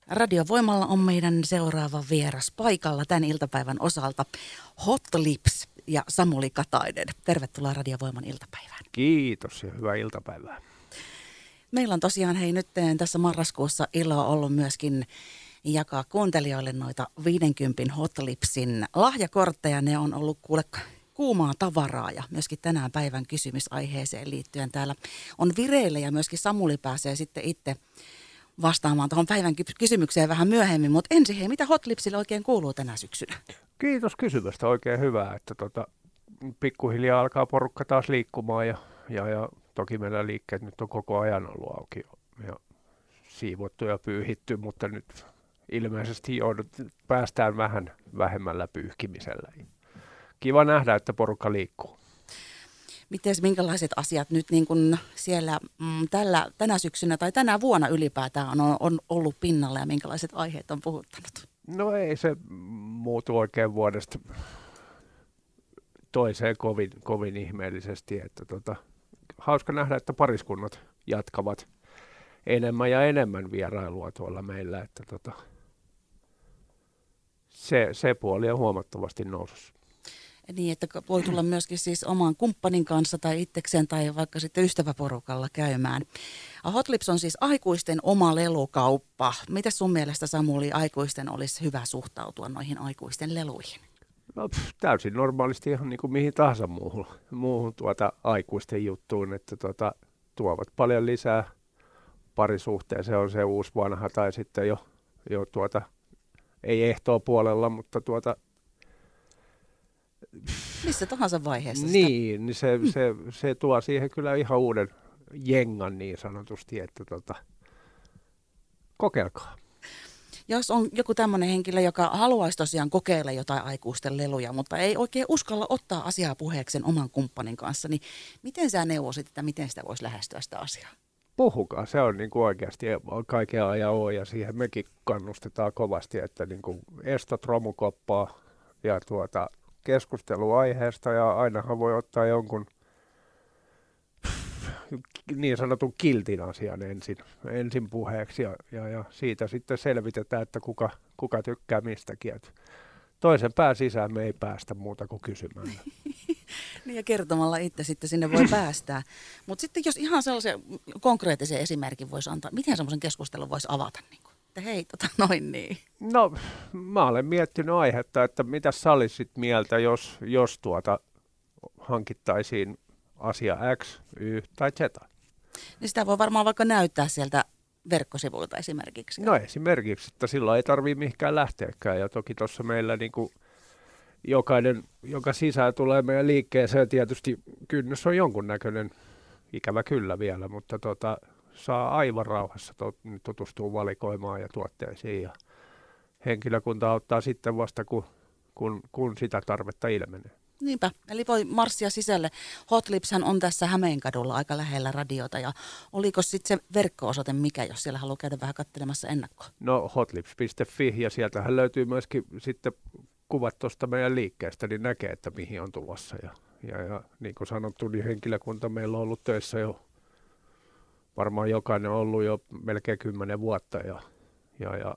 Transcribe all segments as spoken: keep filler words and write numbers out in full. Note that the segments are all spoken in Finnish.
Radiovoimalla on meidän seuraava vieras paikalla tämän iltapäivän osalta. Hot Lips ja Samuli Katainen. Tervetuloa Radiovoiman iltapäivään. Kiitos ja hyvää iltapäivää. Meillä on tosiaan hei nyt tässä marraskuussa ilo ollut myöskin jakaa kuuntelijoille noita viidenkympin Hot Lipsin lahjakortteja. Ne on ollut kuule kuumaa tavaraa ja myöskin tänään päivän kysymysaiheeseen liittyen täällä on vireillä ja myöskin Samuli pääsee sitten itse vastaamaan tuohon päivän kysymykseen vähän myöhemmin, mutta ensin hei, mitä Hot Lipsille oikein kuuluu tänä syksynä? Kiitos kysymästä, oikein hyvää, että tota, pikkuhiljaa alkaa porukka taas liikkumaan ja, ja, ja toki meillä liikkeet nyt on koko ajan ollut auki ja siivottu ja pyyhitty, mutta nyt ilmeisesti joudut, päästään vähän vähemmällä pyyhkimisellä. Kiva nähdä, että porukka liikkuu. Mites, minkälaiset asiat nyt niin kun siellä mm, tällä, tänä syksynä tai tänä vuonna ylipäätään on, on ollut pinnalla ja minkälaiset aiheet on puhuttanut? No ei se muutu oikein vuodesta toiseen kovin, kovin ihmeellisesti. Että tota, hauska nähdä, että pariskunnat jatkavat enemmän ja enemmän vierailua tuolla meillä. Että tota, se, se puoli on huomattavasti nousussa. Niin, että voi tulla myöskin siis oman kumppanin kanssa tai itsekseen tai vaikka sitten ystäväporukalla käymään. Hot Lips on siis aikuisten oma lelukauppa. Miten sun mielestä, Samuli, aikuisten olisi hyvä suhtautua noihin aikuisten leluihin? No, pff, täysin normaalisti ihan niin kuin mihin tahansa muuhun, muuhun tuota aikuisten juttuun, että tuota, tuovat paljon lisää parisuhteen. Se on se uusi vanha tai sitten jo, jo tuota, ei ehtoo puolella, mutta tuota missä tahansa vaiheessa sitä. Niin, niin se, se, se tuo siihen kyllä ihan uuden jengan niin sanotusti, että tota, kokeilkaa. Jos on joku tämmöinen henkilö, joka haluaisi tosiaan kokeilla jotain aikuisten leluja, mutta ei oikein uskalla ottaa asiaa puheeksi oman kumppanin kanssa, niin miten sä neuvosit, että miten sitä voisi lähestyä sitä asiaa? Puhukaa, se on niin kuin oikeasti kaiken ajan on ja siihen mekin kannustetaan kovasti, että niin kuin estot romukoppaa ja tuota keskusteluaiheesta ja ainahan voi ottaa jonkun niin sanotun kiltin asian ensin, ensin puheeksi ja, ja, ja siitä sitten selvitetään, että kuka, kuka tykkää mistäkin. Et toisen pää sisään me ei päästä muuta kuin kysymään. Niin ja kertomalla itse sitten sinne voi päästää. Mutta sitten jos ihan sellaisen konkreettisen esimerkin voisi antaa, miten semmoisen keskustelun voisi avata? Niin kuin, että hei, tota noin niin. No mä olen miettinyt aihetta, että mitä sä olisit mieltä, jos, jos tuota hankittaisiin asia X, Y tai Z. Niin sitä voi varmaan vaikka näyttää sieltä verkkosivuilta esimerkiksi. No esimerkiksi, että silloin ei tarvitse mihinkään lähteäkään. Ja toki tuossa meillä niin kuin jokainen, joka sisään tulee meidän liikkeeseen, tietysti kynnys on jonkunnäköinen, ikävä kyllä vielä, mutta tota, saa aivan rauhassa tutustua valikoimaan ja tuotteisiin. Ja henkilökunta auttaa sitten vasta, kun, kun, kun sitä tarvetta ilmenee. Niinpä, eli voi marssia sisälle. Hot Lipshän on tässä Hämeenkadulla aika lähellä radiota, ja oliko sitten se verkko-osoite mikä, jos siellä haluaa käydä vähän katselemassa ennakkoa? No hotlips piste fi, ja sieltähän löytyy myöskin sitten kuvat tuosta meidän liikkeestä, niin näkee, että mihin on tulossa. Ja, ja, ja niin kuin sanottu, niin henkilökunta meillä on ollut töissä jo, varmaan jokainen on ollut jo melkein kymmenen vuotta, ja, ja, ja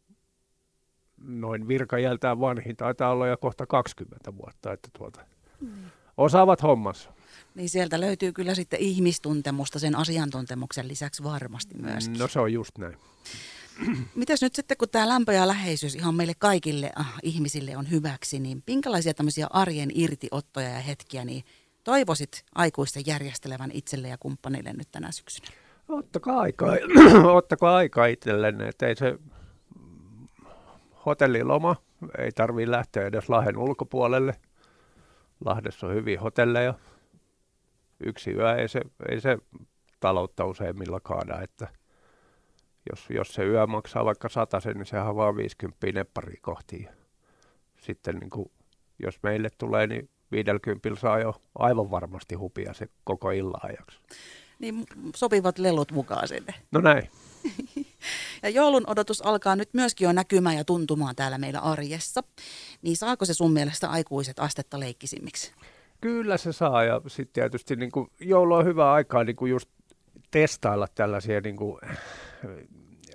noin virkajältään vanhin taitaa olla jo kohta kaksikymmentä vuotta, että tuota, mm. osaavat hommassa. Niin sieltä löytyy kyllä sitten ihmistuntemusta sen asiantuntemuksen lisäksi varmasti myöskin. No se on just näin. Mitäs nyt sitten, kun tämä lämpö ja läheisyys ihan meille kaikille äh, ihmisille on hyväksi, niin minkälaisia tämmöisiä arjen irtiottoja ja hetkiä niin toivoisit aikuisten järjestelevän itselle ja kumppanille nyt tänä syksynä? Ottakaa aikaa, ottakaa aikaa itsellenne, että ei se hotelliloma, ei tarvitse lähteä edes Lahden ulkopuolelle. Lahdessa on hyviä hotelleja. Yksi yö ei se, ei se taloutta useimmilla kaada, että jos, jos se yö maksaa vaikka satasen, niin sehän vaan viisikymmentä nepparia kohti. Sitten niin kuin, jos meille tulee, niin viidelkympillä saa jo aivan varmasti hupia se koko illan ajaksi. Niin sopivat lelut mukaan sinne. No näin. Ja joulun odotus alkaa nyt myöskin jo näkymään ja tuntumaan täällä meillä arjessa. Niin saako se sun mielestä aikuiset astetta leikkisimmiksi? Kyllä se saa, ja sitten tietysti niin kuin joulu on hyvä aikaa niin kuin just testailla tällaisia niin kuin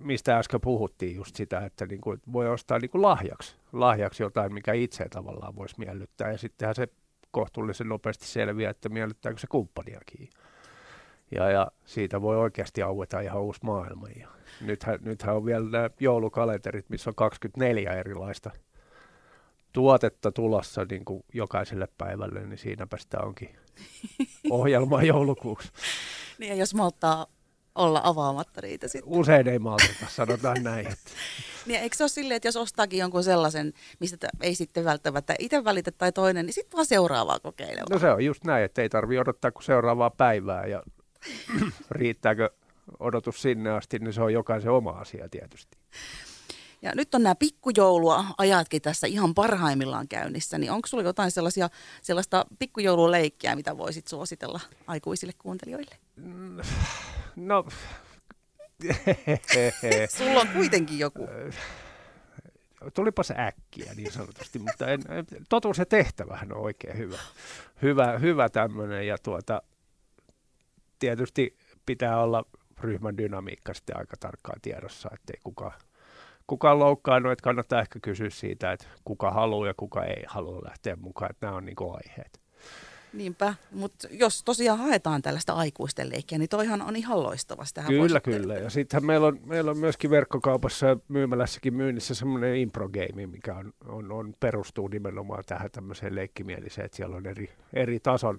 mistä äsken puhuttiin just sitä, että niin kuin voi ostaa niin kuin lahjaksi, lahjaksi jotain, mikä itse tavallaan voisi miellyttää. Ja sittenhän se kohtuullisen nopeasti selviää, että miellyttääkö se kumppaniakin. Ja, ja siitä voi oikeasti aueta ihan uusi maailma. Ja nythän, nythän on vielä nämä joulukalenterit, missä on kaksikymmentäneljä erilaista tuotetta tulossa niin kuin jokaiselle päivälle, niin siinäpä sitä onkin ohjelmaa joulukuuksi. Niin ja jos malttaa olla avaamatta niitä sitten. Usein ei malteta, sanotaan näin. Että. Niin eikö se ole silleen, että jos ostaakin jonkun sellaisen, mistä ei sitten välttämättä itse välitä tai toinen, niin sitten vaan seuraavaa kokeilemaan. No se on just näin, että ei tarvitse odottaa kuin seuraavaa päivää ja riittääkö odotus sinne asti, niin se on jokaisen oma asia tietysti. Ja nyt on nämä pikkujoulua ajatkin tässä ihan parhaimmillaan käynnissä, niin onko sulla jotain sellaisia, sellaista pikkujoululeikkiä, mitä voisit suositella aikuisille kuuntelijoille? No, sulla on kuitenkin joku. Tulipas äkkiä niin sanotusti, mutta en, totuus ja tehtävähän on oikein hyvä, hyvä, hyvä tämmöinen ja tuota, tietysti pitää olla ryhmän dynamiikka sitten aika tarkkaan tiedossa, ettei kukaan Kuka loukkaanut, että kannattaa ehkä kysyä siitä, että kuka haluaa ja kuka ei halua lähteä mukaan, että nämä on niin kuin aiheet. Niinpä, mutta jos tosiaan haetaan tällaista aikuisten leikkiä, niin toihan on ihan loistava. Sitähän kyllä, kyllä. Ja sittenhän meillä on, meillä on myöskin verkkokaupassa ja myymälässäkin myynnissä semmoinen improgame, mikä on, on, on perustuu nimenomaan tähän tämmöiseen leikkimieliseen, että siellä on eri, eri tason,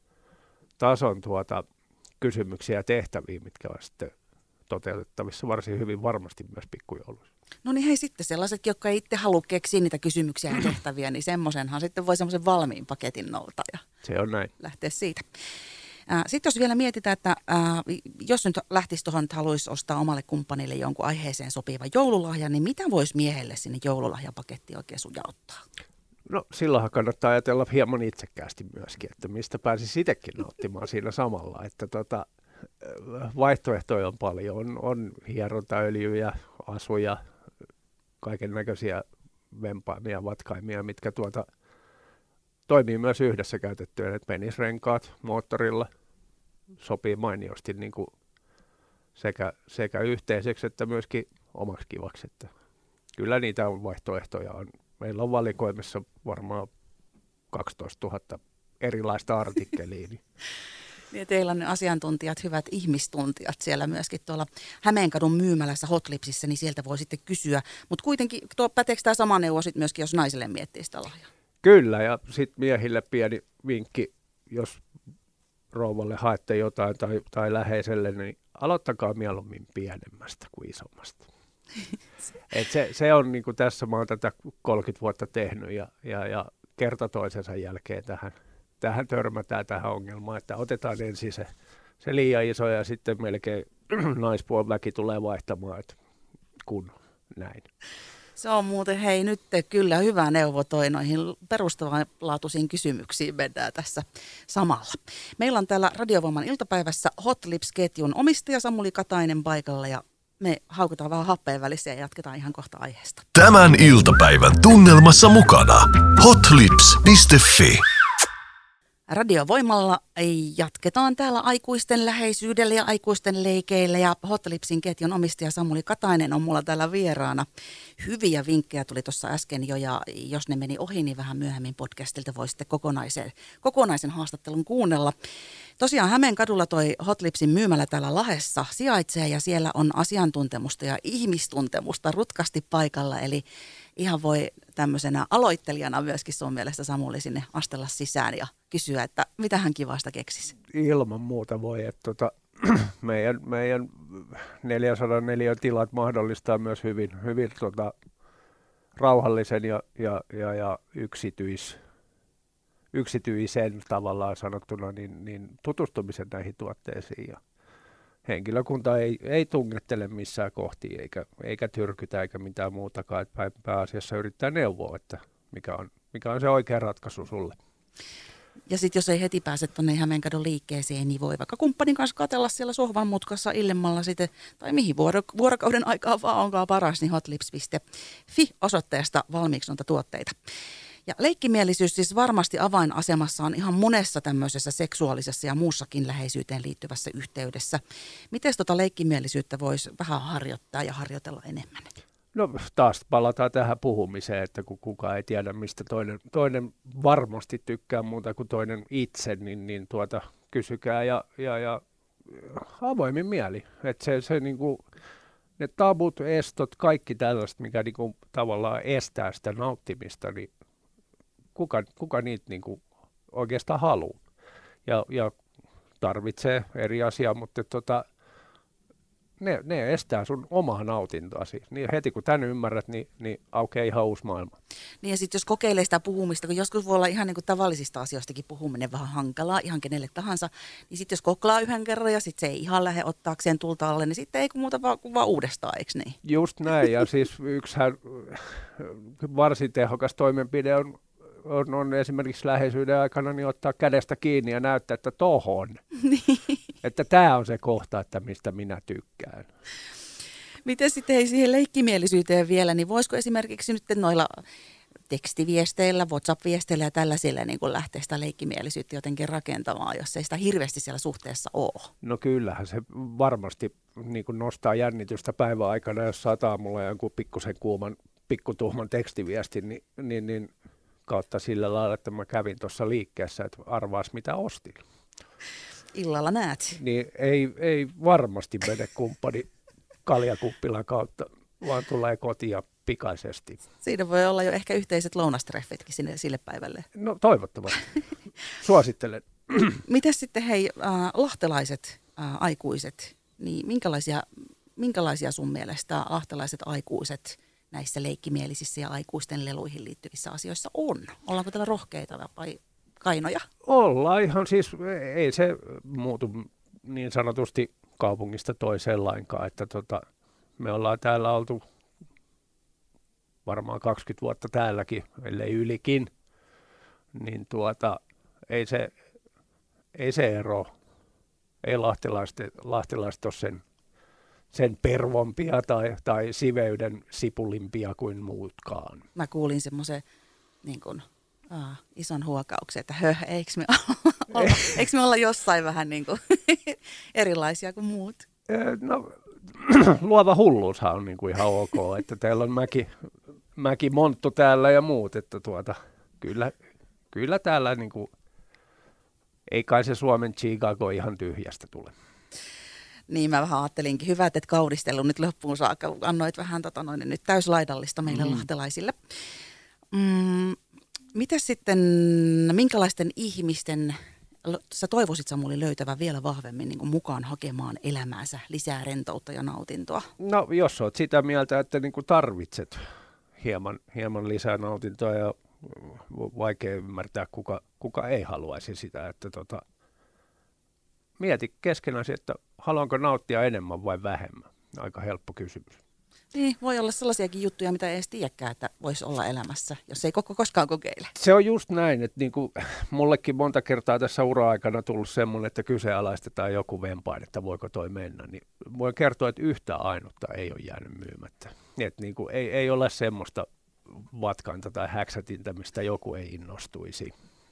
tason tuota, kysymyksiä ja tehtäviä, mitkä on sitten toteutettavissa varsin hyvin varmasti myös pikkujouluissa. No niin hei sitten sellaiset, jotka ei itse halua keksiä niitä kysymyksiä ja tehtäviä, niin semmoisenhan sitten voi semmoisen valmiin paketin nouta ja se on näin. Lähteä siitä. Sitten jos vielä mietitään, että ää, jos nyt lähtisi tuohon, että haluaisi ostaa omalle kumppanille jonkun aiheeseen sopiva joululahja, niin mitä voisi miehelle sinne joululahjapakettiin oikein sujauttaa? No silloinhan kannattaa ajatella hieman itsekkäästi myöskin, että mistä pääsisi itsekin nauttimaan siinä samalla, että tota, vaihtoehtoja on paljon, on, on hierontaöljyjä, asuja, kaiken näköisiä vempaimia, vatkaimia, mitkä tuota toimii myös yhdessä käytettyä, että penisrenkaat moottorilla sopii mainiosti niin kuin sekä, sekä yhteiseksi että myöskin omaksi kivaksi. Että kyllä niitä on vaihtoehtoja. On. Meillä on valikoimissa varmaan kaksitoistatuhatta erilaista artikkelia. Niin teillä on ne asiantuntijat, hyvät ihmistuntijat siellä myöskin tuolla Hämeenkadun myymälässä Hotlipsissä, niin sieltä voi sitten kysyä. Mutta kuitenkin tuo, päteekö tämä sama neuvo sitten myöskin, jos naiselle miettii sitä lahjaa? Kyllä, ja sitten miehille pieni vinkki, jos rouvalle haette jotain tai, tai läheiselle, niin aloittakaa mieluummin pienemmästä kuin isommasta. Et se, se on niin kuin tässä, mä oon tätä kolmekymmentä vuotta tehnyt ja, ja, ja kerta toisensa jälkeen tähän. Tähän törmätään tähän ongelmaan, että otetaan ensin se, se liian iso ja sitten melkein naispuolen väki tulee vaihtamaan, että kun näin. Se on muuten, hei nyt kyllä hyvä neuvo toi noihin perustavanlaatuisiin kysymyksiin mennään tässä samalla. Meillä on täällä Radiovoiman iltapäivässä Hotlips-ketjun omistaja Samuli Katainen paikalla ja me haukutaan vähän happeen välissä ja jatketaan ihan kohta aiheesta. Tämän iltapäivän tunnelmassa mukana hotlips piste fi. Radiovoimalla jatketaan täällä aikuisten läheisyydellä ja aikuisten leikeillä ja Hotlipsin ketjun omistaja Samuli Katainen on mulla täällä vieraana. Hyviä vinkkejä tuli tuossa äsken jo ja jos ne meni ohi, niin vähän myöhemmin podcastilta voi sitten kokonaisen, kokonaisen haastattelun kuunnella. Tosiaan Hämeenkadulla toi Hotlipsin myymälä täällä Lahdessa sijaitsee ja siellä on asiantuntemusta ja ihmistuntemusta rutkasti paikalla, eli ihan voi tämmöisenä aloittelijana myöskin sun mielestä Samuli sinne astella sisään ja kysyä, että mitä hän kivasta keksisi. Ilman muuta voi, että tota, meidän, meidän neljäsataa neliön tilat mahdollistaa myös hyvin, hyvin tota, rauhallisen ja, ja, ja, ja yksityis, yksityisen tavallaan sanottuna niin, niin tutustumisen näihin tuotteisiin. Ja henkilökunta ei, ei tungettele missään kohtiin eikä, eikä tyrkytä eikä mitään muutakaan. Että pääasiassa yrittää neuvoa, että mikä on, mikä on se oikea ratkaisu sulle. Ja sitten jos ei heti pääse tuonne Hämeenkadun liikkeeseen, niin voi vaikka kumppanin kanssa katsella siellä sohvan mutkassa illemmalla sitten, tai mihin vuoro- vuorokauden aikaa vaan onkaan paras, niin hotlips piste fi osoitteesta valmiiksi noita tuotteita. Ja leikkimielisyys siis varmasti avainasemassa on ihan monessa tämmöisessä seksuaalisessa ja muussakin läheisyyteen liittyvässä yhteydessä. Miten tota leikkimielisyyttä voisi vähän harjoittaa ja harjoitella enemmän? No taas palataan tähän puhumiseen, että kun kukaan ei tiedä, mistä toinen, toinen varmasti tykkää muuta kuin toinen itse, niin, niin tuota, kysykää ja, ja, ja avoimin mieli. Että se, se niinku, ne tabut, estot, kaikki tällaiset, mikä niinku tavallaan estää sitä nauttimista, niin kuka, kuka niitä niinku oikeastaan haluaa ja, ja tarvitsee eri asiaa, mutta tota, ne, ne estää sun omaa nautintoasi. Niin heti kun tän ymmärrät, niin, niin aukeaa ihan uusi maailma. Niin ja sitten jos kokeilee sitä puhumista, kun joskus voi olla ihan niin kuin tavallisista asioistakin puhuminen vähän hankalaa, ihan kenelle tahansa, niin sitten jos koklaa yhden kerran ja sitten se ei ihan lähde ottaakseen tulta alle, niin sitten ei kun muuta vaan, vaan uudestaan, eikö niin? Just näin, ja siis yksihän varsin tehokas toimenpide on, on, on esimerkiksi läheisyyden aikana niin ottaa kädestä kiinni ja näyttää, että tohon. Että tämä on se kohta, että mistä minä tykkään. Miten sitten hei siihen leikkimielisyyteen vielä, niin voisiko esimerkiksi nyt noilla tekstiviesteillä, WhatsApp-viesteillä ja tällaisilla niin kun lähteä sitä leikkimielisyyttä jotenkin rakentamaan, jos ei sitä hirveästi siellä suhteessa ole? No kyllähän se varmasti niin kuin nostaa jännitystä päivän aikana, jos sataa mulle jonkun pikkusen kuuman, pikkutuhman tekstiviestin, niin, niin, niin kautta sillä lailla, että mä kävin tuossa liikkeessä, että arvaas mitä ostin. Illalla näet. Niin ei, ei varmasti mene kumppani kaljakuppilan kautta, vaan tulee kotia pikaisesti. Siinä voi olla jo ehkä yhteiset lounastreffitkin sinne, sille päivälle. No toivottavasti. Suosittelen. Mitäs sitten hei, äh, lahtelaiset äh, aikuiset, niin minkälaisia, minkälaisia sun mielestä lahtelaiset aikuiset näissä leikkimielisissä ja aikuisten leluihin liittyvissä asioissa on? Ollaanko täällä rohkeita vai kainoja? Ollaan ihan siis, ei se muutu niin sanotusti kaupungista toiseen lainkaan, että tota, me ollaan täällä oltu varmaan kaksikymmentä vuotta täälläkin, ellei ylikin, niin tuota, ei se, ei se ero, ei lahtelaiset, lahtelaiset ole sen, sen pervompia tai, tai siveyden sipulimpia kuin muutkaan. Mä kuulin semmoisen niin kuin Ah, ison huokauksen, että höh, eikö me olla, eikö me olla jossain vähän niin kuin erilaisia kuin muut? No, luova hulluushan on niin kuin ihan ok, että teillä on mäki, mäki monttu täällä ja muut, että tuota, kyllä, kyllä täällä niin kuin, ei kai se Suomen Chicago ihan tyhjästä tule. Niin mä vähän ajattelinkin, hyvä, että et kaudistellut nyt loppuun saakka, annoit vähän tota noin, nyt täyslaidallista meille mm. lahtelaisille. Mm. Mitäs sitten, minkälaisten ihmisten, sä toivoisit Samuli löytävän vielä vahvemmin niin kuin mukaan hakemaan elämäänsä lisää rentoutta ja nautintoa? No jos oot sitä mieltä, että niin kuin tarvitset hieman, hieman lisää nautintoa ja vaikea ymmärtää, kuka, kuka ei haluaisi sitä, että tota, mieti keskenäsi, että haluanko nauttia enemmän vai vähemmän. Aika helppo kysymys. Niin, voi olla sellaisiakin juttuja, mitä ei edes tiedäkään, että voisi olla elämässä, jos ei koko koskaan kokeile. Se on just näin, että niinku, mullekin monta kertaa tässä ura-aikana tullut semmoinen, että kyseenalaistetaan joku vempain, että voiko toi mennä. Niin voin kertoa, että yhtä ainutta ei ole jäänyt myymättä. Että niinku, ei, ei ole semmoista vatkanta tai häksätintä, mistä joku ei innostuisi.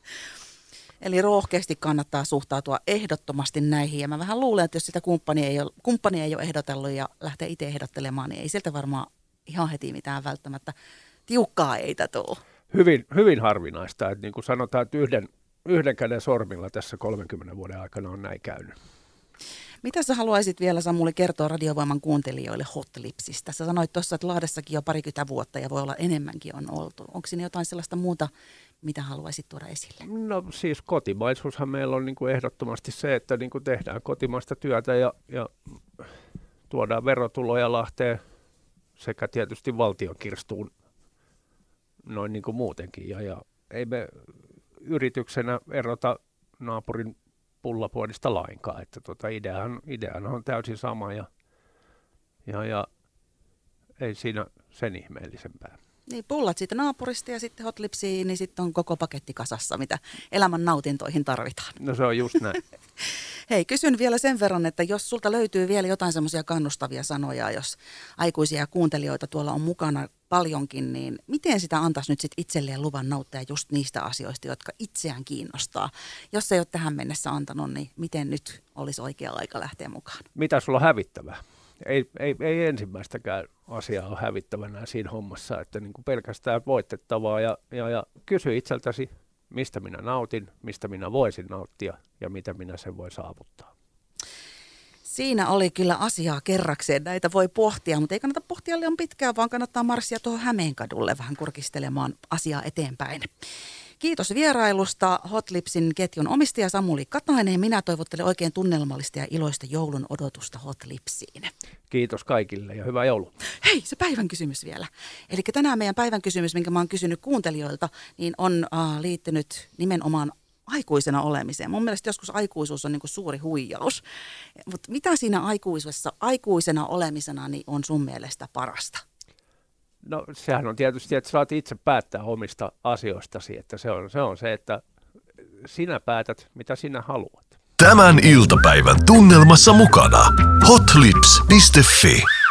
Eli rohkeasti kannattaa suhtautua ehdottomasti näihin. Ja mä vähän luulen, että jos sitä kumppania ei ole, kumppania ei ole ehdotellut ja lähtee itse ehdottelemaan, niin ei sieltä varmaan ihan heti mitään välttämättä tiukkaa eitä tule. Hyvin, hyvin harvinaista. Että niin kuin sanotaan, että yhden, yhden käden sormilla tässä kolmenkymmenen vuoden aikana on näin käynyt. Mitä sä haluaisit vielä, Samuli, kertoa Radiovoiman kuuntelijoille Hotlipsistä? Sä sanoit tuossa, että Lahdessakin jo parikymmentä vuotta ja voi olla enemmänkin on oltu. Onko siinä jotain sellaista muuta, mitä haluaisit tuoda esille? No siis kotimaisuushan meillä on niin kuin ehdottomasti se, että niin kuin tehdään kotimaista työtä ja, ja tuodaan verotuloja Lahteen sekä tietysti valtionkirstuun noin niin kuin muutenkin. Ja, ja ei me yrityksenä erota naapurin pullapuodista lainkaan, että tota ideahan, ideahan on täysin sama ja, ja, ja ei siinä sen ihmeellisempää. Niin, pullat siitä naapurista ja sitten Hotlipsiin, niin sitten on koko paketti kasassa, mitä elämän nautintoihin tarvitaan. No se on just näin. Hei, kysyn vielä sen verran, että jos sulta löytyy vielä jotain semmoisia kannustavia sanoja, jos aikuisia kuuntelijoita tuolla on mukana paljonkin, niin miten sitä antaisi nyt sit itselleen luvan nauttia just niistä asioista, jotka itseään kiinnostaa? Jos ei ole tähän mennessä antanut, niin miten nyt olisi oikea aika lähteä mukaan? Mitä sulla on hävittävää? Ei, ei, ei ensimmäistäkään asiaa ole hävittävänä siinä hommassa, että niin kuin pelkästään voitettavaa ja, ja, ja kysy itseltäsi, mistä minä nautin, mistä minä voisin nauttia ja mitä minä sen voi saavuttaa. Siinä oli kyllä asiaa kerrakseen. Näitä voi pohtia, mutta ei kannata pohtia liian pitkään, vaan kannattaa marssia tuohon Hämeenkadulle vähän kurkistelemaan asiaa eteenpäin. Kiitos vierailusta Hotlipsin ketjun omistaja Samuli Katainen. Minä toivottelen oikein tunnelmallista ja iloista joulun odotusta Hotlipsiin. Kiitos kaikille ja hyvää joulua. Hei, se päivän kysymys vielä. Eli tänään meidän päivän kysymys, minkä mä oon kysynyt kuuntelijoilta, niin on äh, liittynyt nimenomaan aikuisena olemiseen. Mun mielestä joskus aikuisuus on niin kuin suuri huijaus. Mutta mitä siinä aikuisuudessa, aikuisena olemisena niin on sun mielestä parasta? No sehän on tietysti, että saat itse päättää omista asioistasi, että se on se, on se että sinä päätät, mitä sinä haluat. Tämän iltapäivän tunnelmassa mukana hotlips piste fi.